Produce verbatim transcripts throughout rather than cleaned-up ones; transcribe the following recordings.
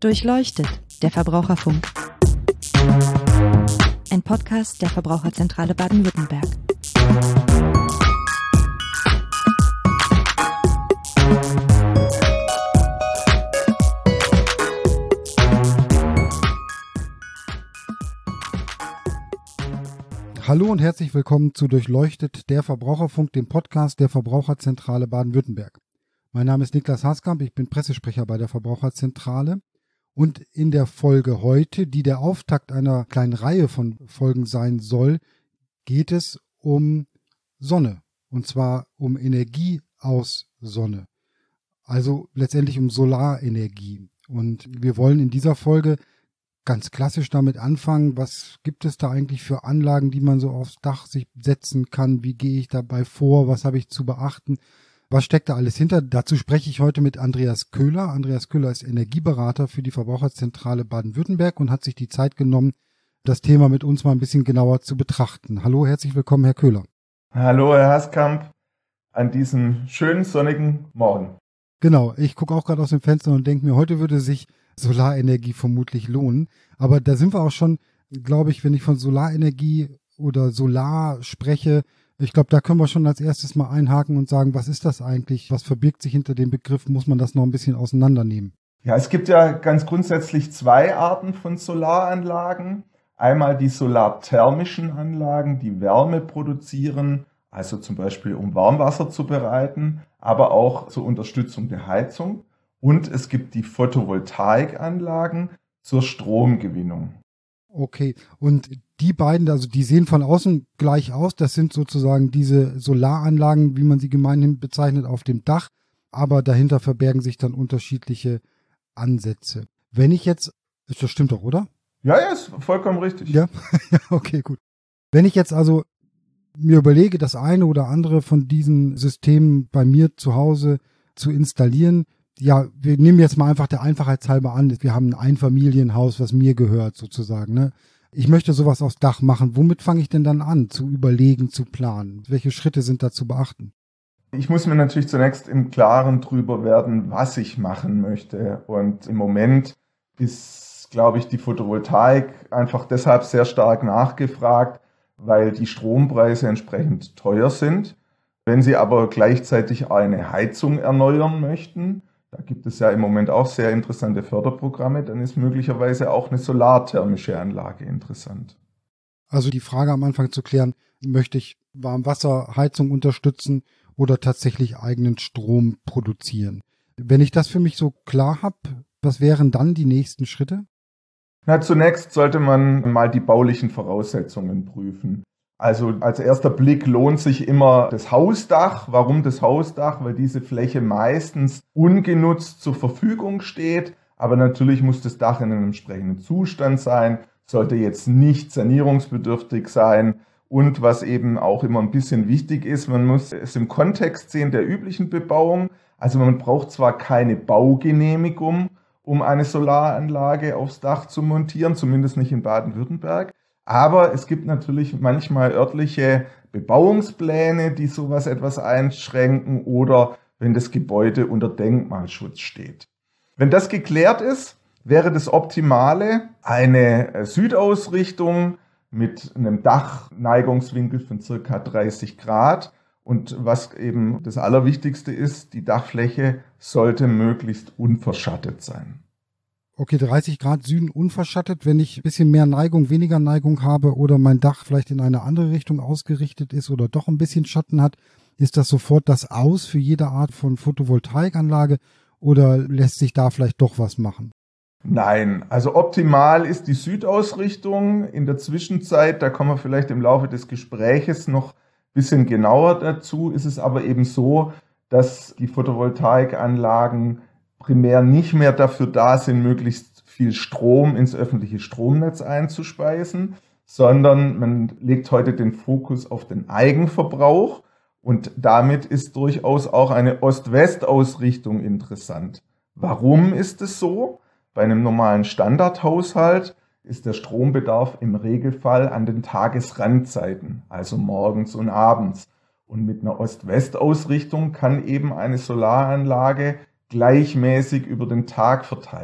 Durchleuchtet, der Verbraucherfunk. Ein Podcast der Verbraucherzentrale Baden-Württemberg. Hallo und herzlich willkommen zu Durchleuchtet, der Verbraucherfunk, dem Podcast der Verbraucherzentrale Baden-Württemberg. Mein Name ist Niklas Haskamp, ich bin Pressesprecher bei der Verbraucherzentrale und in der Folge heute, die der Auftakt einer kleinen Reihe von Folgen sein soll, geht es um Sonne und zwar um Energie aus Sonne, also letztendlich um Solarenergie. Und wir wollen in dieser Folge ganz klassisch damit anfangen, was gibt es da eigentlich für Anlagen, die man so aufs Dach sich setzen kann, wie gehe ich dabei vor, was habe ich zu beachten, was steckt da alles hinter? Dazu spreche ich heute mit Andreas Köhler. Andreas Köhler ist Energieberater für die Verbraucherzentrale Baden-Württemberg und hat sich die Zeit genommen, das Thema mit uns mal ein bisschen genauer zu betrachten. Hallo, herzlich willkommen, Herr Köhler. Hallo, Herr Haskamp, an diesem schönen sonnigen Morgen. Genau, ich gucke auch gerade aus dem Fenster und denke mir, heute würde sich Solarenergie vermutlich lohnen. Aber da sind wir auch schon, glaube ich, wenn ich von Solarenergie oder Solar spreche, ich glaube, da können wir schon als erstes mal einhaken und sagen, was ist das eigentlich? Was verbirgt sich hinter dem Begriff? Muss man das noch ein bisschen auseinandernehmen? Ja, es gibt ja ganz grundsätzlich zwei Arten von Solaranlagen. Einmal die solarthermischen Anlagen, die Wärme produzieren, also zum Beispiel um Warmwasser zu bereiten, aber auch zur Unterstützung der Heizung. Und es gibt die Photovoltaikanlagen zur Stromgewinnung. Okay, und die beiden, also die sehen von außen gleich aus, das sind sozusagen diese Solaranlagen, wie man sie gemeinhin bezeichnet, auf dem Dach, aber dahinter verbergen sich dann unterschiedliche Ansätze. Wenn ich jetzt, das stimmt doch, oder? Ja, ja, ist vollkommen richtig. Ja, okay, gut. Wenn ich jetzt also mir überlege, das eine oder andere von diesen Systemen bei mir zu Hause zu installieren, ja, wir nehmen jetzt mal einfach der Einfachheit halber an, wir haben ein Einfamilienhaus, was mir gehört sozusagen, ne? Ich möchte sowas aufs Dach machen. Womit fange ich denn dann an, zu überlegen, zu planen? Welche Schritte sind da zu beachten? Ich muss mir natürlich zunächst im Klaren drüber werden, was ich machen möchte. Und im Moment ist, glaube ich, die Photovoltaik einfach deshalb sehr stark nachgefragt, weil die Strompreise entsprechend teuer sind. Wenn Sie aber gleichzeitig eine Heizung erneuern möchten, da gibt es ja im Moment auch sehr interessante Förderprogramme, dann ist möglicherweise auch eine solarthermische Anlage interessant. Also die Frage am Anfang zu klären, möchte ich Warmwasserheizung unterstützen oder tatsächlich eigenen Strom produzieren? Wenn ich das für mich so klar habe, was wären dann die nächsten Schritte? Na, zunächst sollte man mal die baulichen Voraussetzungen prüfen. Also als erster Blick lohnt sich immer das Hausdach. Warum das Hausdach? Weil diese Fläche meistens ungenutzt zur Verfügung steht. Aber natürlich muss das Dach in einem entsprechenden Zustand sein, sollte jetzt nicht sanierungsbedürftig sein. Und was eben auch immer ein bisschen wichtig ist, man muss es im Kontext sehen der üblichen Bebauung. Also man braucht zwar keine Baugenehmigung, um eine Solaranlage aufs Dach zu montieren, zumindest nicht in Baden-Württemberg. Aber es gibt natürlich manchmal örtliche Bebauungspläne, die sowas etwas einschränken oder wenn das Gebäude unter Denkmalschutz steht. Wenn das geklärt ist, wäre das Optimale eine Südausrichtung mit einem Dachneigungswinkel von circa dreißig Grad. Und was eben das Allerwichtigste ist, die Dachfläche sollte möglichst unverschattet sein. Okay, dreißig Grad Süden unverschattet, wenn ich ein bisschen mehr Neigung, weniger Neigung habe oder mein Dach vielleicht in eine andere Richtung ausgerichtet ist oder doch ein bisschen Schatten hat, ist das sofort das Aus für jede Art von Photovoltaikanlage oder lässt sich da vielleicht doch was machen? Nein, also optimal ist die Südausrichtung. In der Zwischenzeit, da kommen wir vielleicht im Laufe des Gespräches noch ein bisschen genauer dazu, ist es aber eben so, dass die Photovoltaikanlagen primär nicht mehr dafür da sind, möglichst viel Strom ins öffentliche Stromnetz einzuspeisen, sondern man legt heute den Fokus auf den Eigenverbrauch und damit ist durchaus auch eine Ost-West-Ausrichtung interessant. Warum ist es so? Bei einem normalen Standardhaushalt ist der Strombedarf im Regelfall an den Tagesrandzeiten, also morgens und abends. Und mit einer Ost-West-Ausrichtung kann eben eine Solaranlage gleichmäßig über den Tag verteilt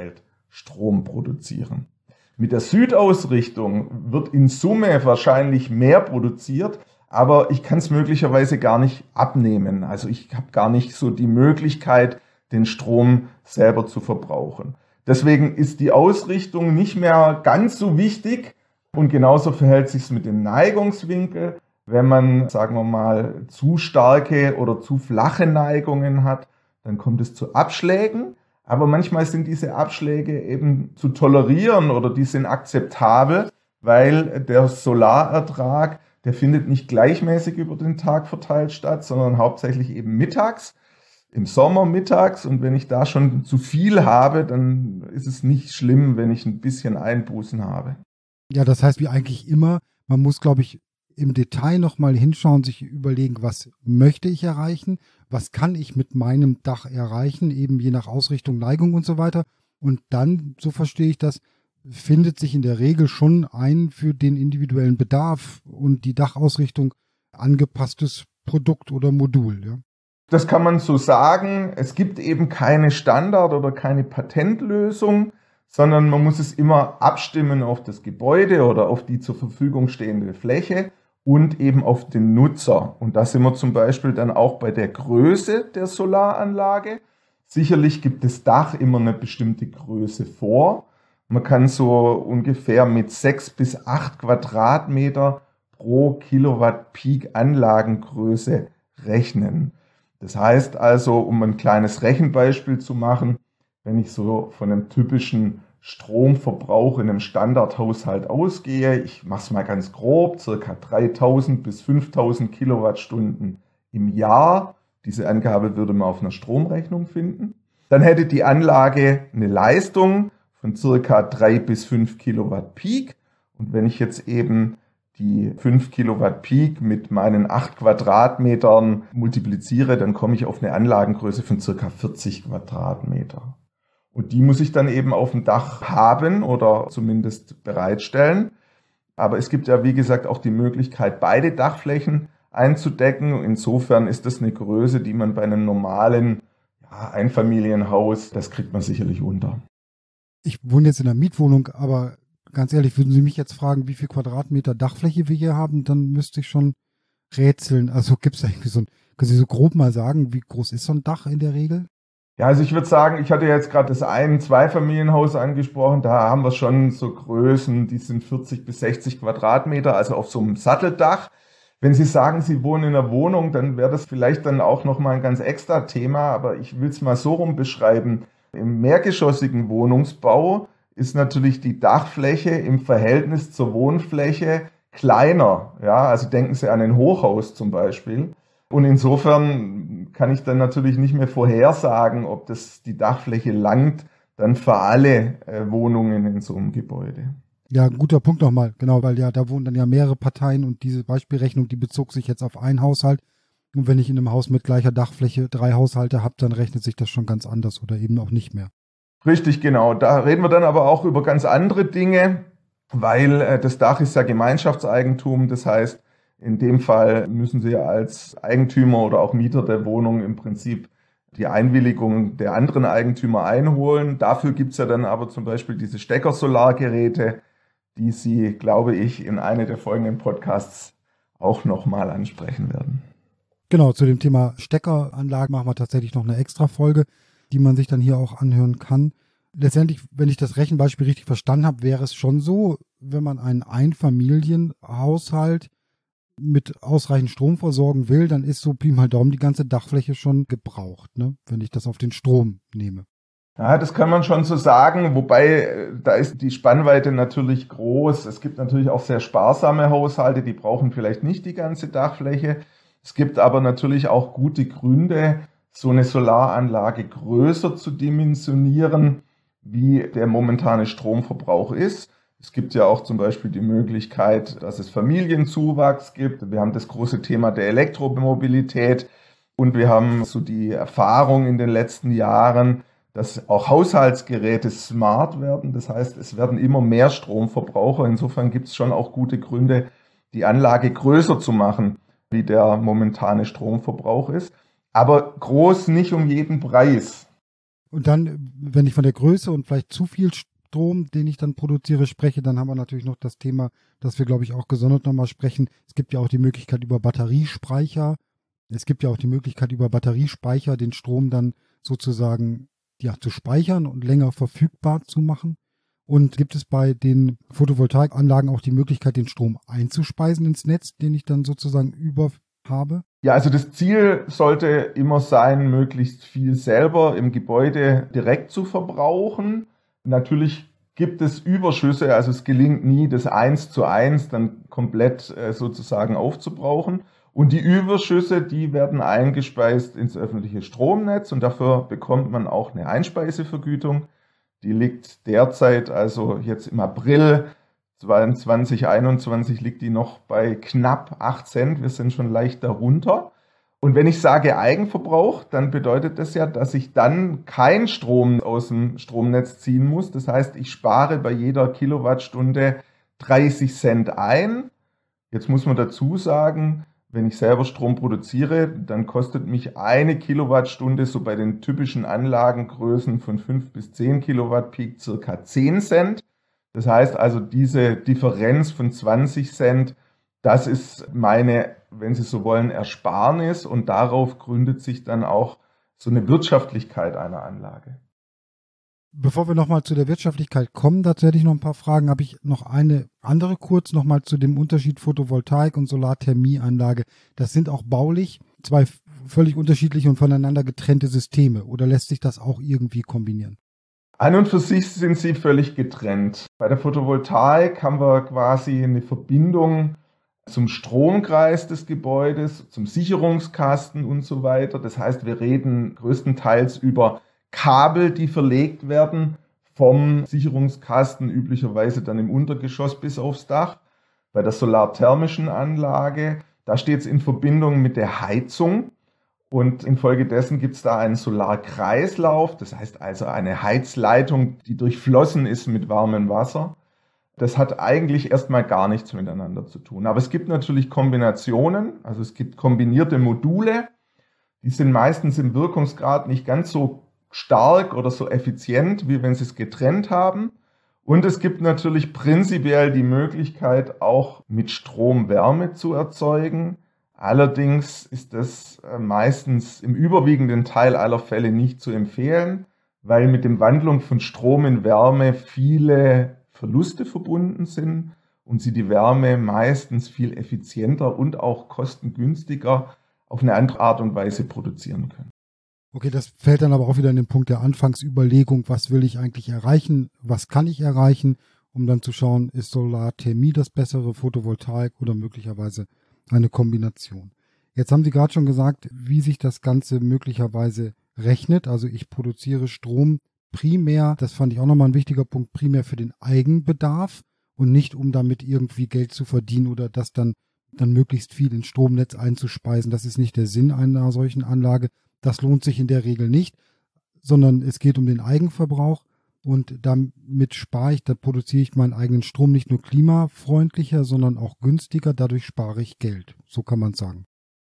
Strom produzieren. Mit der Südausrichtung wird in Summe wahrscheinlich mehr produziert, aber ich kann es möglicherweise gar nicht abnehmen. Also ich habe gar nicht so die Möglichkeit, den Strom selber zu verbrauchen. Deswegen ist die Ausrichtung nicht mehr ganz so wichtig und genauso verhält sich es mit dem Neigungswinkel. Wenn man, sagen wir mal, zu starke oder zu flache Neigungen hat, dann kommt es zu Abschlägen. Aber manchmal sind diese Abschläge eben zu tolerieren oder die sind akzeptabel, weil der Solarertrag, der findet nicht gleichmäßig über den Tag verteilt statt, sondern hauptsächlich eben mittags, im Sommer mittags. Und wenn ich da schon zu viel habe, dann ist es nicht schlimm, wenn ich ein bisschen Einbußen habe. Ja, das heißt wie eigentlich immer, man muss, glaube ich, im Detail nochmal hinschauen, sich überlegen, was möchte ich erreichen, was kann ich mit meinem Dach erreichen, eben je nach Ausrichtung, Neigung und so weiter. Und dann, so verstehe ich das, findet sich in der Regel schon ein für den individuellen Bedarf und die Dachausrichtung angepasstes Produkt oder Modul. Ja. Das kann man so sagen. Es gibt eben keine Standard- oder keine Patentlösung, sondern man muss es immer abstimmen auf das Gebäude oder auf die zur Verfügung stehende Fläche und eben auf den Nutzer. Und da sind wir zum Beispiel dann auch bei der Größe der Solaranlage. Sicherlich gibt das Dach immer eine bestimmte Größe vor. Man kann so ungefähr mit sechs bis acht Quadratmeter pro Kilowatt Peak Anlagengröße rechnen. Das heißt also, um ein kleines Rechenbeispiel zu machen, wenn ich so von einem typischen Stromverbrauch in einem Standardhaushalt ausgehe, ich mache es mal ganz grob, circa dreitausend bis fünftausend Kilowattstunden im Jahr, diese Angabe würde man auf einer Stromrechnung finden, dann hätte die Anlage eine Leistung von circa drei bis fünf Kilowatt Peak. Und wenn ich jetzt eben die fünf Kilowatt Peak mit meinen acht Quadratmetern multipliziere, dann komme ich auf eine Anlagengröße von circa vierzig Quadratmeter. Und die muss ich dann eben auf dem Dach haben oder zumindest bereitstellen. Aber es gibt ja, wie gesagt, auch die Möglichkeit, beide Dachflächen einzudecken. Insofern ist das eine Größe, die man bei einem normalen ja, Einfamilienhaus, das kriegt man sicherlich unter. Ich wohne jetzt in einer Mietwohnung, aber ganz ehrlich, würden Sie mich jetzt fragen, wie viel Quadratmeter Dachfläche wir hier haben, dann müsste ich schon rätseln. Also gibt es da irgendwie so ein, können Sie so grob mal sagen, wie groß ist so ein Dach in der Regel? Ja, also ich würde sagen, ich hatte jetzt gerade das Ein-, Zweifamilienhaus angesprochen, da haben wir schon so Größen, die sind vierzig bis sechzig Quadratmeter, also auf so einem Satteldach. Wenn Sie sagen, Sie wohnen in einer Wohnung, dann wäre das vielleicht dann auch nochmal ein ganz extra Thema, aber ich will es mal so rum beschreiben. Im mehrgeschossigen Wohnungsbau ist natürlich die Dachfläche im Verhältnis zur Wohnfläche kleiner. Ja, also denken Sie an ein Hochhaus zum Beispiel. Und insofern kann ich dann natürlich nicht mehr vorhersagen, ob das die Dachfläche langt, dann für alle äh, Wohnungen in so einem Gebäude. Ja, guter Punkt nochmal, genau, weil ja, da wohnen dann ja mehrere Parteien und diese Beispielrechnung, die bezog sich jetzt auf einen Haushalt. Und wenn ich in einem Haus mit gleicher Dachfläche drei Haushalte habe, dann rechnet sich das schon ganz anders oder eben auch nicht mehr. Richtig, genau. Da reden wir dann aber auch über ganz andere Dinge, weil äh, das Dach ist ja Gemeinschaftseigentum. Das heißt, in dem Fall müssen Sie als Eigentümer oder auch Mieter der Wohnung im Prinzip die Einwilligung der anderen Eigentümer einholen. Dafür gibt es ja dann aber zum Beispiel diese Steckersolargeräte, die Sie, glaube ich, in einer der folgenden Podcasts auch nochmal ansprechen werden. Genau, zu dem Thema Steckeranlagen machen wir tatsächlich noch eine extra Folge, die man sich dann hier auch anhören kann. Letztendlich, wenn ich das Rechenbeispiel richtig verstanden habe, wäre es schon so, wenn man einen Einfamilienhaushalt mit ausreichend Strom versorgen will, dann ist so Pi mal Daumen die ganze Dachfläche schon gebraucht, ne? Wenn ich das auf den Strom nehme. Ja, das kann man schon so sagen, wobei da ist die Spannweite natürlich groß. Es gibt natürlich auch sehr sparsame Haushalte, die brauchen vielleicht nicht die ganze Dachfläche. Es gibt aber natürlich auch gute Gründe, so eine Solaranlage größer zu dimensionieren, wie der momentane Stromverbrauch ist. Es gibt ja auch zum Beispiel die Möglichkeit, dass es Familienzuwachs gibt. Wir haben das große Thema der Elektromobilität und wir haben so die Erfahrung in den letzten Jahren, dass auch Haushaltsgeräte smart werden. Das heißt, es werden immer mehr Stromverbraucher. Insofern gibt es schon auch gute Gründe, die Anlage größer zu machen, wie der momentane Stromverbrauch ist. Aber groß nicht um jeden Preis. Und dann, wenn ich von der Größe und vielleicht zu viel Strom, den ich dann produziere, spreche, dann haben wir natürlich noch das Thema, das wir, glaube ich, auch gesondert nochmal sprechen. Es gibt ja auch die Möglichkeit über Batteriespeicher. Es gibt ja auch die Möglichkeit über Batteriespeicher den Strom dann sozusagen ja, zu speichern und länger verfügbar zu machen. Und gibt es bei den Photovoltaikanlagen auch die Möglichkeit, den Strom einzuspeisen ins Netz, den ich dann sozusagen über habe? Ja, also das Ziel sollte immer sein, möglichst viel selber im Gebäude direkt zu verbrauchen. Natürlich gibt es Überschüsse, also es gelingt nie, das eins zu eins dann komplett äh, sozusagen aufzubrauchen. Und die Überschüsse, die werden eingespeist ins öffentliche Stromnetz und dafür bekommt man auch eine Einspeisevergütung. Die liegt derzeit, also jetzt im April zwanzig einundzwanzig, liegt die noch bei knapp acht Cent. Wir sind schon leicht darunter. Und wenn ich sage Eigenverbrauch, dann bedeutet das ja, dass ich dann kein Strom aus dem Stromnetz ziehen muss. Das heißt, ich spare bei jeder Kilowattstunde dreißig Cent ein. Jetzt muss man dazu sagen, wenn ich selber Strom produziere, dann kostet mich eine Kilowattstunde so bei den typischen Anlagengrößen von fünf bis zehn Kilowatt Peak circa zehn Cent. Das heißt also, diese Differenz von zwanzig Cent, das ist meine, wenn Sie so wollen, Ersparnis und darauf gründet sich dann auch so eine Wirtschaftlichkeit einer Anlage. Bevor wir nochmal zu der Wirtschaftlichkeit kommen, dazu hätte ich noch ein paar Fragen. Habe ich noch eine andere kurz nochmal zu dem Unterschied Photovoltaik und Solarthermieanlage. Das sind auch baulich zwei völlig unterschiedliche und voneinander getrennte Systeme. Oder lässt sich das auch irgendwie kombinieren? An und für sich sind sie völlig getrennt. Bei der Photovoltaik haben wir quasi eine Verbindung zum Stromkreis des Gebäudes, zum Sicherungskasten und so weiter. Das heißt, wir reden größtenteils über Kabel, die verlegt werden vom Sicherungskasten, üblicherweise dann im Untergeschoss bis aufs Dach. Bei der solarthermischen Anlage, da steht es in Verbindung mit der Heizung und infolgedessen gibt es da einen Solarkreislauf, das heißt also eine Heizleitung, die durchflossen ist mit warmem Wasser. Das hat eigentlich erstmal gar nichts miteinander zu tun. Aber es gibt natürlich Kombinationen, also es gibt kombinierte Module, die sind meistens im Wirkungsgrad nicht ganz so stark oder so effizient, wie wenn sie es getrennt haben. Und es gibt natürlich prinzipiell die Möglichkeit, auch mit Strom Wärme zu erzeugen. Allerdings ist das meistens im überwiegenden Teil aller Fälle nicht zu empfehlen, weil mit der Wandlung von Strom in Wärme viele Verluste verbunden sind und sie die Wärme meistens viel effizienter und auch kostengünstiger auf eine andere Art und Weise produzieren können. Okay, das fällt dann aber auch wieder in den Punkt der Anfangsüberlegung, was will ich eigentlich erreichen, was kann ich erreichen, um dann zu schauen, ist Solarthermie das bessere, Photovoltaik oder möglicherweise eine Kombination. Jetzt haben Sie gerade schon gesagt, wie sich das Ganze möglicherweise rechnet. Also ich produziere Strom primär, das fand ich auch nochmal ein wichtiger Punkt, primär für den Eigenbedarf und nicht, um damit irgendwie Geld zu verdienen oder das dann, dann möglichst viel ins Stromnetz einzuspeisen. Das ist nicht der Sinn einer solchen Anlage. Das lohnt sich in der Regel nicht, sondern es geht um den Eigenverbrauch und damit spare ich, da produziere ich meinen eigenen Strom nicht nur klimafreundlicher, sondern auch günstiger. Dadurch spare ich Geld. So kann man es sagen.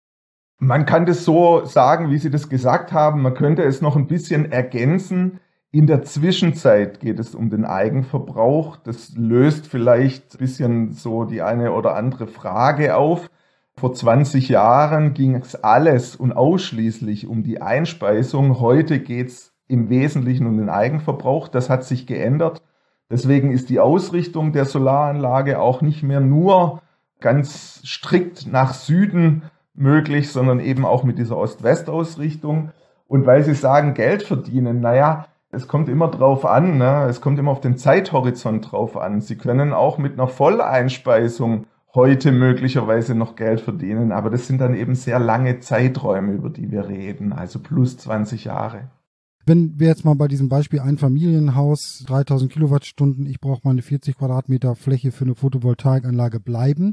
Man kann das so sagen, wie Sie das gesagt haben. Man könnte es noch ein bisschen ergänzen. In der Zwischenzeit geht es um den Eigenverbrauch. Das löst vielleicht ein bisschen so die eine oder andere Frage auf. Vor zwanzig Jahren ging es alles und ausschließlich um die Einspeisung. Heute geht es im Wesentlichen um den Eigenverbrauch. Das hat sich geändert. Deswegen ist die Ausrichtung der Solaranlage auch nicht mehr nur ganz strikt nach Süden möglich, sondern eben auch mit dieser Ost-West-Ausrichtung. Und weil Sie sagen, Geld verdienen, naja, es kommt immer drauf an, ne? Es kommt immer auf den Zeithorizont drauf an. Sie können auch mit einer Volleinspeisung heute möglicherweise noch Geld verdienen, aber das sind dann eben sehr lange Zeiträume, über die wir reden, also plus zwanzig Jahre. Wenn wir jetzt mal bei diesem Beispiel Einfamilienhaus, dreitausend Kilowattstunden, ich brauche meine vierzig Quadratmeter Fläche für eine Photovoltaikanlage bleiben,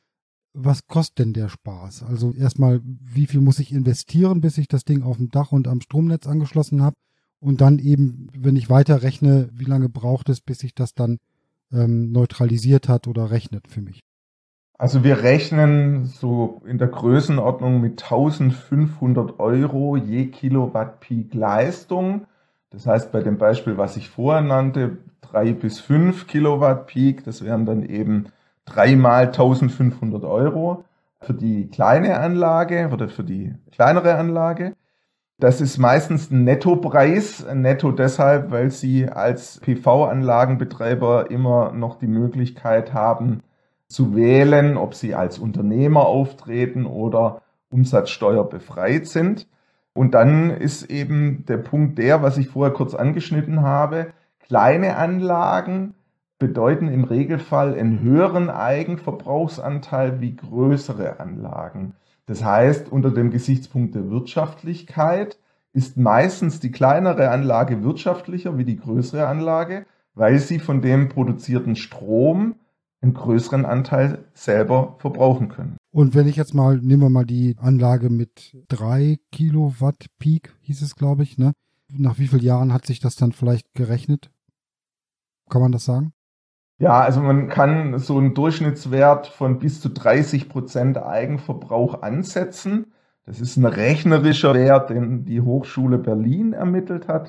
was kostet denn der Spaß? Also erstmal, wie viel muss ich investieren, bis ich das Ding auf dem Dach und am Stromnetz angeschlossen habe? Und dann eben, wenn ich weiter rechne, wie lange braucht es, bis sich das dann ähm, neutralisiert hat oder rechnet für mich? Also wir rechnen so in der Größenordnung mit eintausendfünfhundert Euro je Kilowatt Peak Leistung. Das heißt, bei dem Beispiel, was ich vorher nannte, drei bis fünf Kilowatt Peak, das wären dann eben dreimal eintausendfünfhundert Euro für die kleine Anlage oder für die kleinere Anlage. Das ist meistens ein Nettopreis, netto deshalb, weil Sie als P V-Anlagenbetreiber immer noch die Möglichkeit haben zu wählen, ob Sie als Unternehmer auftreten oder umsatzsteuerbefreit sind. Und dann ist eben der Punkt der, was ich vorher kurz angeschnitten habe, kleine Anlagen bedeuten im Regelfall einen höheren Eigenverbrauchsanteil wie größere Anlagen. Das heißt, unter dem Gesichtspunkt der Wirtschaftlichkeit ist meistens die kleinere Anlage wirtschaftlicher wie die größere Anlage, weil sie von dem produzierten Strom einen größeren Anteil selber verbrauchen können. Und wenn ich jetzt mal, nehmen wir mal die Anlage mit drei Kilowatt Peak, hieß es, glaube ich, ne? Nach wie vielen Jahren hat sich das dann vielleicht gerechnet? Kann man das sagen? Ja, also man kann so einen Durchschnittswert von bis zu dreißig Prozent Eigenverbrauch ansetzen. Das ist ein rechnerischer Wert, den die Hochschule Berlin ermittelt hat.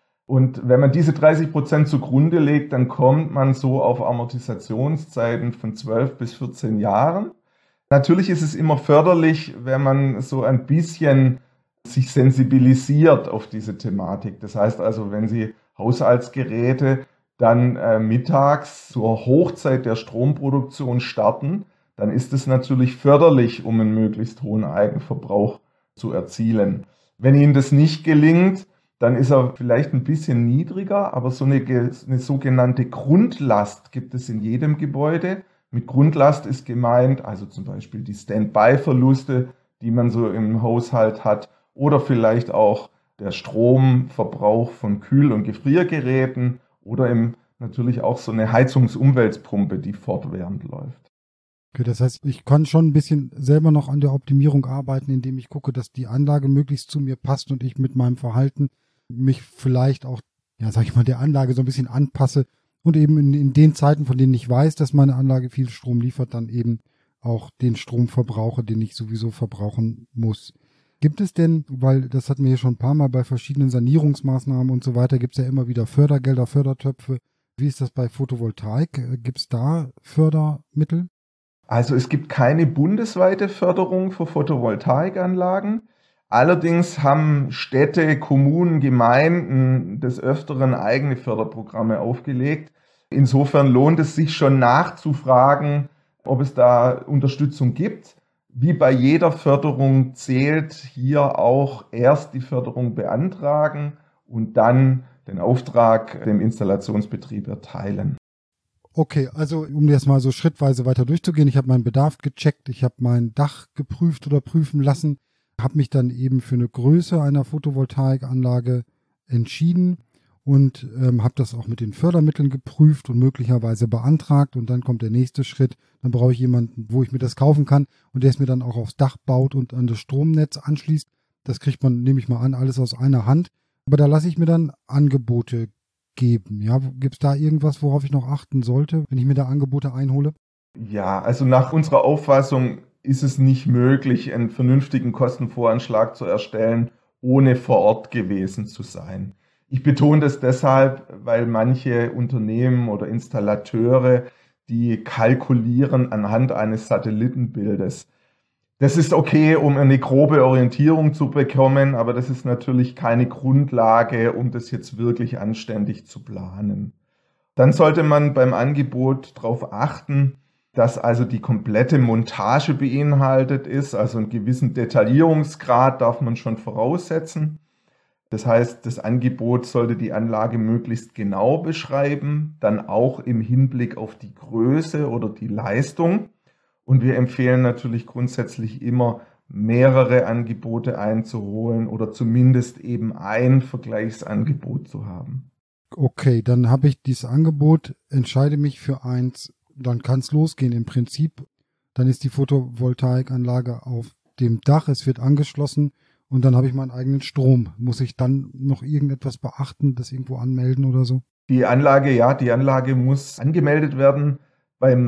Und wenn man diese dreißig Prozent zugrunde legt, dann kommt man so auf Amortisationszeiten von zwölf bis vierzehn Jahren. Natürlich ist es immer förderlich, wenn man so ein bisschen sich sensibilisiert auf diese Thematik. Das heißt also, wenn Sie Haushaltsgeräte dann äh, mittags zur Hochzeit der Stromproduktion starten, dann ist es natürlich förderlich, um einen möglichst hohen Eigenverbrauch zu erzielen. Wenn Ihnen das nicht gelingt, dann ist er vielleicht ein bisschen niedriger, aber so eine, eine sogenannte Grundlast gibt es in jedem Gebäude. Mit Grundlast ist gemeint, also zum Beispiel die Standby-Verluste, die man so im Haushalt hat, oder vielleicht auch der Stromverbrauch von Kühl- und Gefriergeräten oder eben natürlich auch so eine Heizungsumweltpumpe, die fortwährend läuft. Okay, das heißt, ich kann schon ein bisschen selber noch an der Optimierung arbeiten, indem ich gucke, dass die Anlage möglichst zu mir passt und ich mit meinem Verhalten mich vielleicht auch, ja, sag ich mal, der Anlage so ein bisschen anpasse und eben in, in den Zeiten, von denen ich weiß, dass meine Anlage viel Strom liefert, dann eben auch den Strom verbrauche, den ich sowieso verbrauchen muss. Gibt es denn, weil das hatten wir hier schon ein paar Mal bei verschiedenen Sanierungsmaßnahmen und so weiter, gibt es ja immer wieder Fördergelder, Fördertöpfe. Wie ist das bei Photovoltaik? Gibt es da Fördermittel? Also es gibt keine bundesweite Förderung für Photovoltaikanlagen. Allerdings haben Städte, Kommunen, Gemeinden des Öfteren eigene Förderprogramme aufgelegt. Insofern lohnt es sich schon nachzufragen, ob es da Unterstützung gibt. Wie bei jeder Förderung zählt hier auch erst die Förderung beantragen und dann den Auftrag dem Installationsbetrieb erteilen. Okay, also um jetzt mal so schrittweise weiter durchzugehen, ich habe meinen Bedarf gecheckt, ich habe mein Dach geprüft oder prüfen lassen, habe mich dann eben für eine Größe einer Photovoltaikanlage entschieden und ähm, habe das auch mit den Fördermitteln geprüft und möglicherweise beantragt und dann kommt der nächste Schritt, dann brauche ich jemanden, wo ich mir das kaufen kann und der es mir dann auch aufs Dach baut und an das Stromnetz anschließt. Das kriegt man, nehme ich mal an, alles aus einer Hand, aber da lasse ich mir dann Angebote geben. Ja, gibt es da irgendwas, worauf ich noch achten sollte, wenn ich mir da Angebote einhole? Ja, also nach unserer Auffassung ist es nicht möglich, einen vernünftigen Kostenvoranschlag zu erstellen, ohne vor Ort gewesen zu sein. Ich betone das deshalb, weil manche Unternehmen oder Installateure, die kalkulieren anhand eines Satellitenbildes. Das ist okay, um eine grobe Orientierung zu bekommen, aber das ist natürlich keine Grundlage, um das jetzt wirklich anständig zu planen. Dann sollte man beim Angebot darauf achten, dass also die komplette Montage beinhaltet ist, also einen gewissen Detaillierungsgrad darf man schon voraussetzen. Das heißt, das Angebot sollte die Anlage möglichst genau beschreiben, dann auch im Hinblick auf die Größe oder die Leistung. Und wir empfehlen natürlich grundsätzlich immer, mehrere Angebote einzuholen oder zumindest eben ein Vergleichsangebot zu haben. Okay, dann habe ich dieses Angebot, entscheide mich für eins, dann kann es losgehen im Prinzip. Dann ist die Photovoltaikanlage auf dem Dach, es wird angeschlossen und dann habe ich meinen eigenen Strom. Muss ich dann noch irgendetwas beachten, das irgendwo anmelden oder so? Die Anlage, ja, die Anlage muss angemeldet werden beim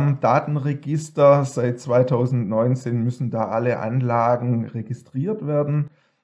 Marktstammdatenregister. Seit zweitausendneunzehn müssen da alle Anlagen registriert werden.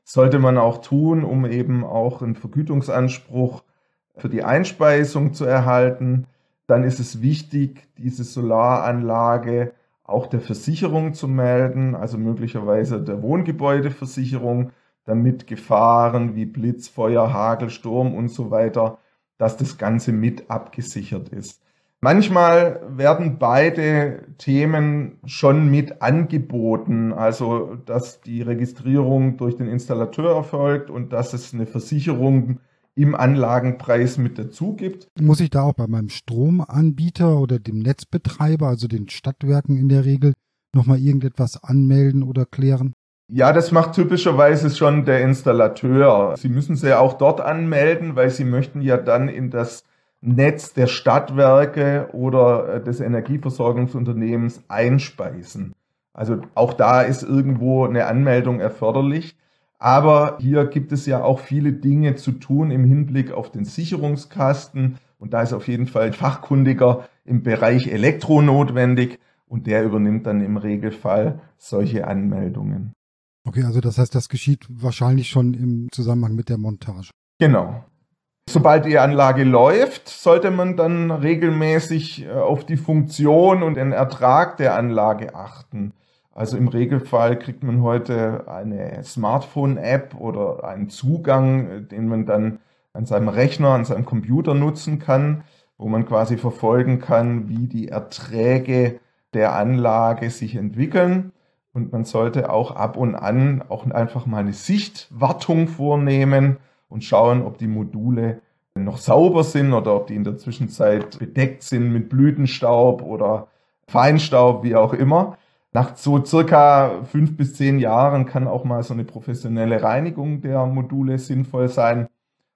sollte man auch tun, um eben auch einen Vergütungsanspruch für die Einspeisung zu erhalten. Dann ist es wichtig, diese Solaranlage auch der Versicherung zu melden, also möglicherweise der Wohngebäudeversicherung, damit Gefahren wie Blitz, Feuer, Hagel, Sturm und so weiter, dass das Ganze mit abgesichert ist. Manchmal werden beide Themen schon mit angeboten, also dass die Registrierung durch den Installateur erfolgt und dass es eine Versicherung im Anlagenpreis mit dazu gibt. Muss ich da auch bei meinem Stromanbieter oder dem Netzbetreiber, also den Stadtwerken in der Regel, nochmal irgendetwas anmelden oder klären? Ja, das macht typischerweise schon der Installateur. Sie müssen sie auch dort anmelden, weil Sie möchten ja dann in das Netz der Stadtwerke oder des Energieversorgungsunternehmens einspeisen. Also auch da ist irgendwo eine Anmeldung erforderlich. Aber hier gibt es ja auch viele Dinge zu tun im Hinblick auf den Sicherungskasten. Und da ist auf jeden Fall ein Fachkundiger im Bereich Elektro notwendig. Und der übernimmt dann im Regelfall solche Anmeldungen. Okay, also das heißt, das geschieht wahrscheinlich schon im Zusammenhang mit der Montage. Genau. Sobald die Anlage läuft, sollte man dann regelmäßig auf die Funktion und den Ertrag der Anlage achten. Also im Regelfall kriegt man heute eine Smartphone-App oder einen Zugang, den man dann an seinem Rechner, an seinem Computer nutzen kann, wo man quasi verfolgen kann, wie die Erträge der Anlage sich entwickeln. Und man sollte auch ab und an auch einfach mal eine Sichtwartung vornehmen und schauen, ob die Module noch sauber sind oder ob die in der Zwischenzeit bedeckt sind mit Blütenstaub oder Feinstaub, wie auch immer. Nach so circa fünf bis zehn Jahren kann auch mal so eine professionelle Reinigung der Module sinnvoll sein.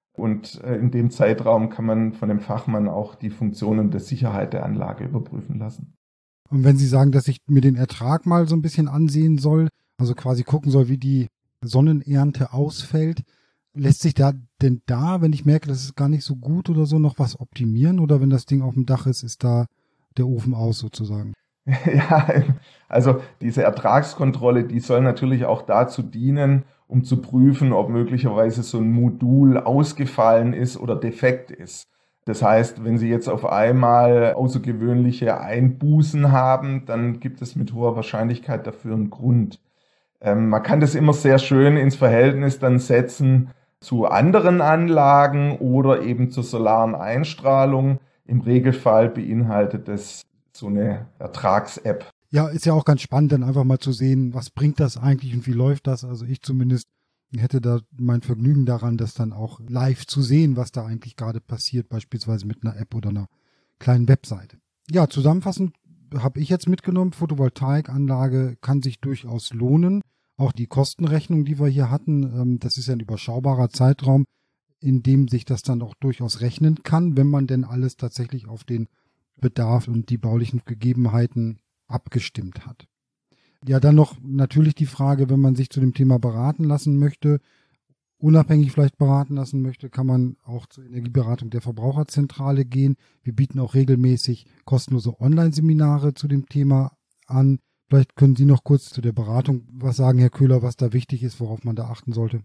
Und in dem Zeitraum kann man von dem Fachmann auch die Funktionen der Sicherheit der Anlage überprüfen lassen. Und wenn Sie sagen, dass ich mir den Ertrag mal so ein bisschen ansehen soll, also quasi gucken soll, wie die Sonnenernte ausfällt, lässt sich da denn da, wenn ich merke, das ist gar nicht so gut oder so, noch was optimieren? Oder wenn das Ding auf dem Dach ist, ist da der Ofen aus sozusagen? Ja, also diese Ertragskontrolle, die soll natürlich auch dazu dienen, um zu prüfen, ob möglicherweise so ein Modul ausgefallen ist oder defekt ist. Das heißt, wenn Sie jetzt auf einmal außergewöhnliche Einbußen haben, dann gibt es mit hoher Wahrscheinlichkeit dafür einen Grund. Ähm, man kann das immer sehr schön ins Verhältnis dann setzen zu anderen Anlagen oder eben zur solaren Einstrahlung. Im Regelfall beinhaltet das so eine Ertrags-App. Ja, ist ja auch ganz spannend, dann einfach mal zu sehen, was bringt das eigentlich und wie läuft das. Also ich zumindest hätte da mein Vergnügen daran, das dann auch live zu sehen, was da eigentlich gerade passiert, beispielsweise mit einer App oder einer kleinen Webseite. Ja, zusammenfassend habe ich jetzt mitgenommen, Photovoltaikanlage kann sich durchaus lohnen. Auch die Kostenrechnung, die wir hier hatten, das ist ja ein überschaubarer Zeitraum, in dem sich das dann auch durchaus rechnen kann, wenn man denn alles tatsächlich auf den Bedarf und die baulichen Gegebenheiten abgestimmt hat. Ja, dann noch natürlich die Frage, wenn man sich zu dem Thema beraten lassen möchte, unabhängig vielleicht beraten lassen möchte, kann man auch zur Energieberatung der Verbraucherzentrale gehen. Wir bieten auch regelmäßig kostenlose Online-Seminare zu dem Thema an. Vielleicht können Sie noch kurz zu der Beratung was sagen, Herr Köhler, was da wichtig ist, worauf man da achten sollte.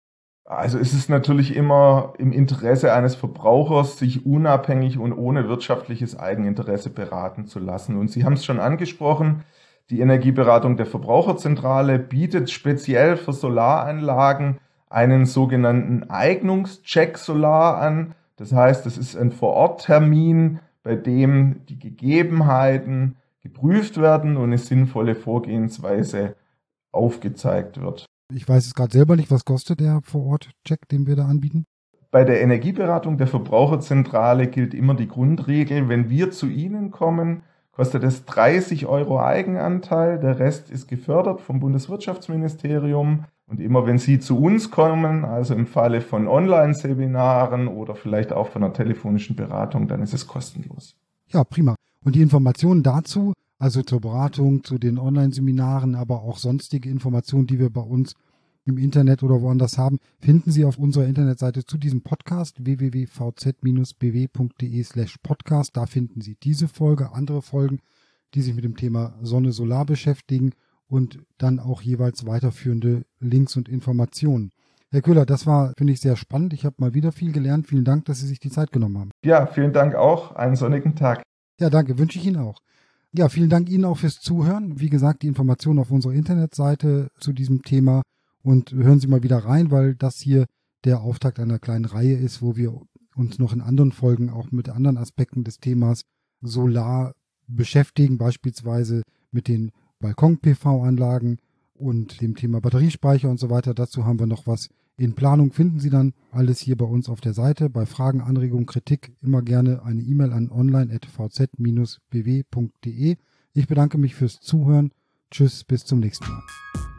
Also es ist natürlich immer im Interesse eines Verbrauchers, sich unabhängig und ohne wirtschaftliches Eigeninteresse beraten zu lassen. Und Sie haben es schon angesprochen, die Energieberatung der Verbraucherzentrale bietet speziell für Solaranlagen einen sogenannten Eignungscheck Solar an. Das heißt, es ist ein Vororttermin, bei dem die Gegebenheiten geprüft werden und eine sinnvolle Vorgehensweise aufgezeigt wird. Ich weiß es gerade selber nicht, was kostet der Vor-Ort-Check, den wir da anbieten? Bei der Energieberatung der Verbraucherzentrale gilt immer die Grundregel, wenn wir zu Ihnen kommen, kostet es dreißig Euro Eigenanteil, der Rest ist gefördert vom Bundeswirtschaftsministerium. Und immer wenn Sie zu uns kommen, also im Falle von Online-Seminaren oder vielleicht auch von einer telefonischen Beratung, dann ist es kostenlos. Ja, prima. Und die Informationen dazu, also zur Beratung, zu den Online-Seminaren, aber auch sonstige Informationen, die wir bei uns im Internet oder woanders haben, finden Sie auf unserer Internetseite zu diesem Podcast w w w punkt v z bindestrich b w punkt d e slash podcast. Da finden Sie diese Folge, andere Folgen, die sich mit dem Thema Sonne, Solar beschäftigen. und dann auch jeweils weiterführende Links und Informationen. Herr Köhler, das war, finde ich, sehr spannend. Ich habe mal wieder viel gelernt. Vielen Dank, dass Sie sich die Zeit genommen haben. Ja, vielen Dank auch. Einen sonnigen Tag. Ja, danke. Wünsche ich Ihnen auch. Ja, vielen Dank Ihnen auch fürs Zuhören. Wie gesagt, die Informationen auf unserer Internetseite zu diesem Thema. Und hören Sie mal wieder rein, weil das hier der Auftakt einer kleinen Reihe ist, wo wir uns noch in anderen Folgen auch mit anderen Aspekten des Themas Solar beschäftigen, beispielsweise mit den Balkon-P V-Anlagen und dem Thema Batteriespeicher und so weiter. Dazu haben wir noch was in Planung. Finden Sie dann alles hier bei uns auf der Seite. Bei Fragen, Anregungen, Kritik immer gerne eine E-Mail an online at v z dash b w punkt d e. Ich bedanke mich fürs Zuhören. Tschüss, bis zum nächsten Mal.